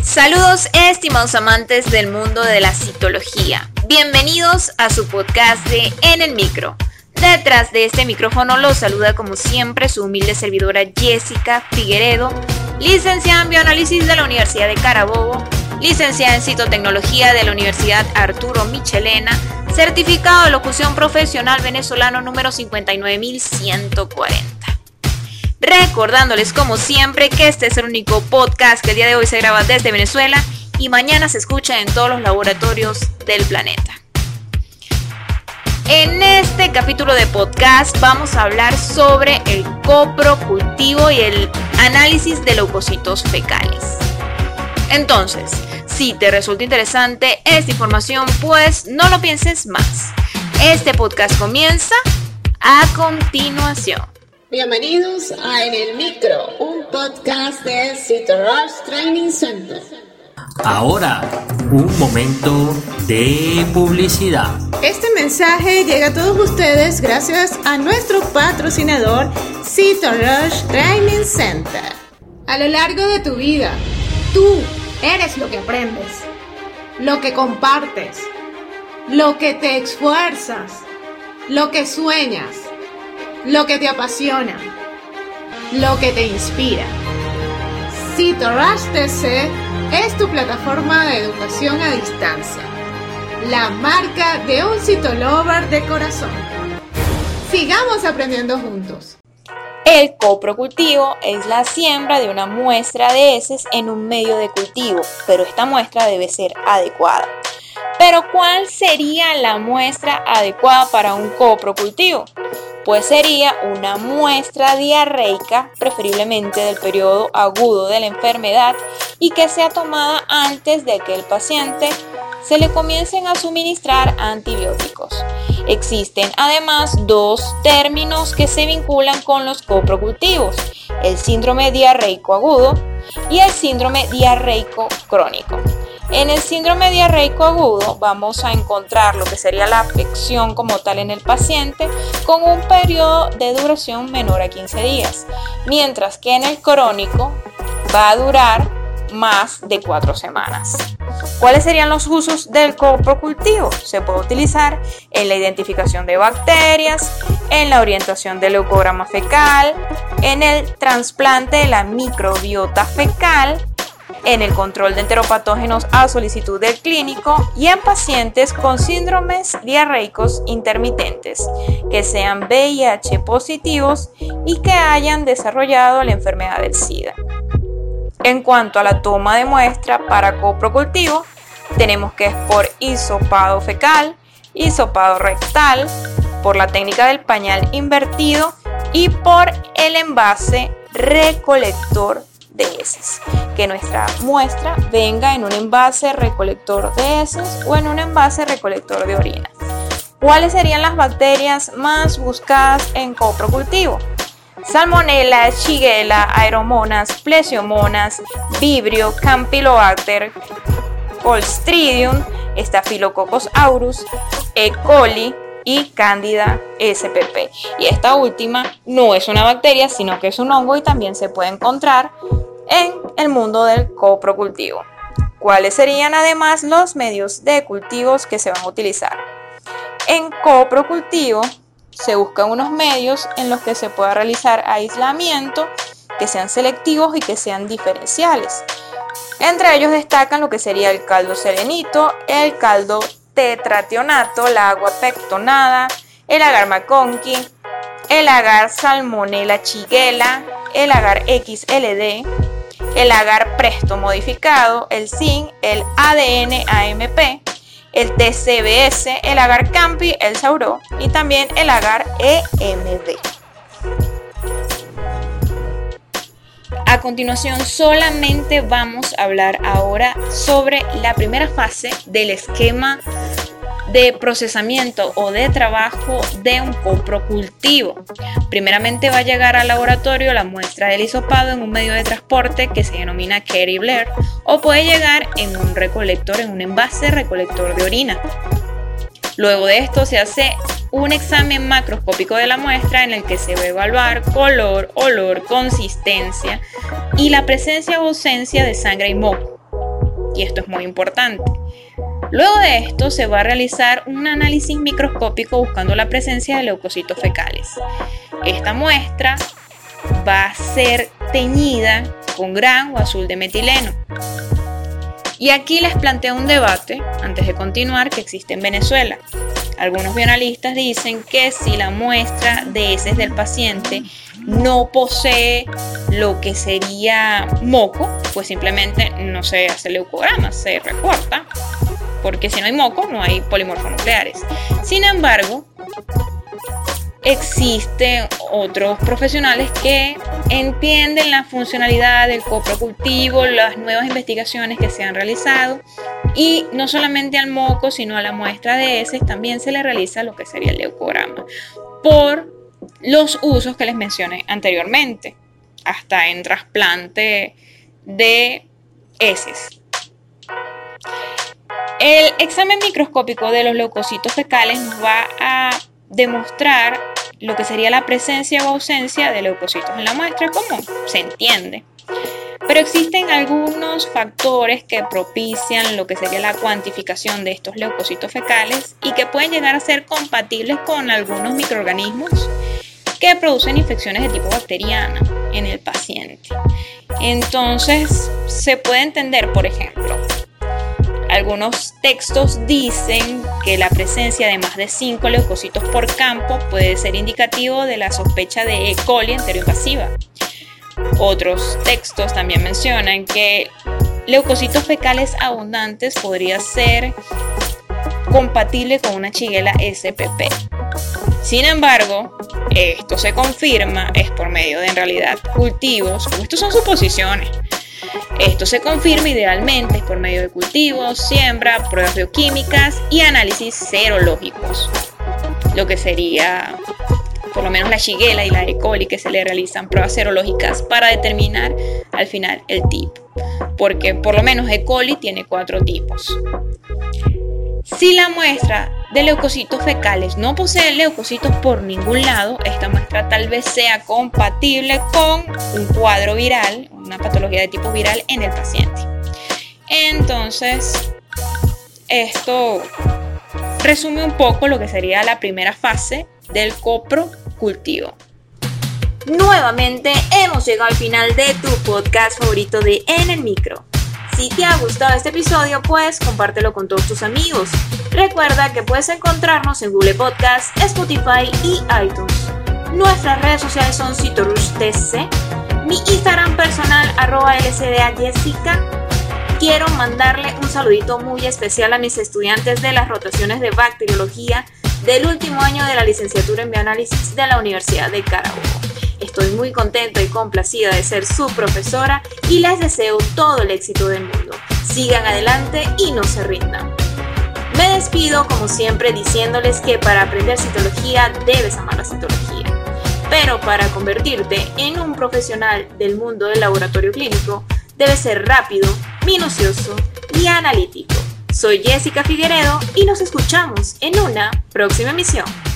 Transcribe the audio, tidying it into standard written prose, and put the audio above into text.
Saludos, estimados amantes del mundo de la citología. Bienvenidos a su podcast de En el Micro. Detrás de este micrófono los saluda como siempre su humilde servidora Jessica Figueredo, licenciada en Bioanálisis de la Universidad de Carabobo, licenciada en Citotecnología de la Universidad Arturo Michelena, certificado de locución profesional venezolano número 59140. Recordándoles como siempre que este es el único podcast que el día de hoy se graba desde Venezuela y mañana se escucha en todos los laboratorios del planeta. En este capítulo de podcast vamos a hablar sobre el coprocultivo y el análisis de leucocitos fecales. Entonces, si te resulta interesante esta información, pues no lo pienses más. Este podcast comienza a continuación. Bienvenidos a En el Micro, un podcast de CytoRush Training Center. Ahora, un momento de publicidad. Este mensaje llega a todos ustedes gracias a nuestro patrocinador CytoRush Training Center. A lo largo de tu vida, tú eres lo que aprendes, lo que compartes, lo que te esfuerzas, lo que sueñas, lo que te apasiona, lo que te inspira. CytoRush TC es tu plataforma de educación a distancia, la marca de un citolover de corazón. Sigamos aprendiendo juntos. El coprocultivo es la siembra de una muestra de heces en un medio de cultivo, pero esta muestra debe ser adecuada. Pero ¿cuál sería la muestra adecuada para un coprocultivo? Pues sería una muestra diarreica, preferiblemente del periodo agudo de la enfermedad y que sea tomada antes de que el paciente se le comiencen a suministrar antibióticos. Existen además dos términos que se vinculan con los coprocultivos: el síndrome diarreico agudo y el síndrome diarreico crónico. En el síndrome diarreico agudo vamos a encontrar lo que sería la afección como tal en el paciente con un periodo de duración menor a 15 días, mientras que en el crónico va a durar más de 4 semanas. ¿Cuáles serían los usos del coprocultivo? Se puede utilizar en la identificación de bacterias, en la orientación del leucograma fecal, en el trasplante de la microbiota fecal, en el control de enteropatógenos a solicitud del clínico y en pacientes con síndromes diarreicos intermitentes que sean VIH positivos y que hayan desarrollado la enfermedad del SIDA. En cuanto a la toma de muestra para coprocultivo, tenemos que es por hisopado fecal, hisopado rectal, por la técnica del pañal invertido y por el envase recolector de heces, que nuestra muestra venga en un envase recolector de heces o en un envase recolector de orina. ¿Cuáles serían las bacterias más buscadas en coprocultivo? Salmonella, Shigella, Aeromonas, Plesiomonas, Vibrio, Campylobacter, Clostridium, Staphylococcus aureus, E. coli y Candida spp. Y esta última no es una bacteria, sino que es un hongo y también se puede encontrar en el mundo del coprocultivo. ¿Cuáles serían además los medios de cultivos que se van a utilizar? En coprocultivo se buscan unos medios en los que se pueda realizar aislamiento, que sean selectivos y que sean diferenciales. Entre ellos destacan lo que sería el caldo selenito, el caldo tetrationato, la agua pectonada, el agar McConkey, el agar Salmonella Shigella, el agar XLD, el agar presto modificado, el zinc, el ADN AMP, el TCBS, el agar Campi, el Sauro y también el agar EMD. A continuación solamente vamos a hablar ahora sobre la primera fase del esquema de procesamiento o de trabajo de un coprocultivo. Primeramente va a llegar al laboratorio la muestra del hisopado en un medio de transporte que se denomina Kerry Blair, o puede llegar en un recolector, en un envase recolector de orina. Luego de esto se hace un examen macroscópico de la muestra en el que se va a evaluar color, olor, consistencia y la presencia o ausencia de sangre y moco. y esto es muy importante. Luego de esto se va a realizar un análisis microscópico buscando la presencia de leucocitos fecales. Esta muestra va a ser teñida con gran o azul de metileno. Y aquí les planteo un debate, antes de continuar, que existe en Venezuela. Algunos bioanalistas dicen que si la muestra de heces del paciente no posee lo que sería moco, pues simplemente no se hace leucograma, se recorta, porque si no hay moco no hay polimorfonucleares. Sin embargo, existen otros profesionales que entienden la funcionalidad del coprocultivo, las nuevas investigaciones que se han realizado, y no solamente al moco, sino a la muestra de heces también se le realiza lo que sería el leucograma, por los usos que les mencioné anteriormente, hasta en trasplante de heces. El examen microscópico de los leucocitos fecales nos va a demostrar lo que sería la presencia o ausencia de leucocitos en la muestra, como se entiende. Pero existen algunos factores que propician lo que sería la cuantificación de estos leucocitos fecales y que pueden llegar a ser compatibles con algunos microorganismos que producen infecciones de tipo bacteriana en el paciente. Entonces, se puede entender, por ejemplo, algunos textos dicen que la presencia de más de 5 leucocitos por campo puede ser indicativo de la sospecha de E. coli enteroinvasiva. Otros textos también mencionan que leucocitos fecales abundantes podría ser compatible con una Shigella SPP. Sin embargo, esto se confirma es por medio de, en realidad, cultivos, como estos son suposiciones. Esto se confirma idealmente por medio de cultivos, siembra, pruebas bioquímicas y análisis serológicos. Lo que sería, por lo menos la Shigella y la E. coli, que se le realizan pruebas serológicas para determinar al final el tipo. Porque por lo menos E. coli tiene 4 tipos. Si la muestra de leucocitos fecales no posee leucocitos por ningún lado, esta muestra tal vez sea compatible con un cuadro viral, una patología de tipo viral en el paciente. Entonces, esto resume un poco lo que sería la primera fase del coprocultivo. Nuevamente hemos llegado al final de tu podcast favorito de En el Micro. Si te ha gustado este episodio, pues compártelo con todos tus amigos. Recuerda que puedes encontrarnos en Google Podcast, Spotify y iTunes. Nuestras redes sociales son CitoRushTC, mi Instagram personal @lcdajessica. Quiero mandarle un saludito muy especial a mis estudiantes de las rotaciones de bacteriología del último año de la licenciatura en bioanálisis de la Universidad de Carabobo. Estoy muy contenta y complacida de ser su profesora y les deseo todo el éxito del mundo. Sigan adelante y no se rindan. Me despido como siempre diciéndoles que para aprender citología debes amar la citología. Pero para convertirte en un profesional del mundo del laboratorio clínico, debes ser rápido, minucioso y analítico. Soy Jessica Figueredo y nos escuchamos en una próxima emisión.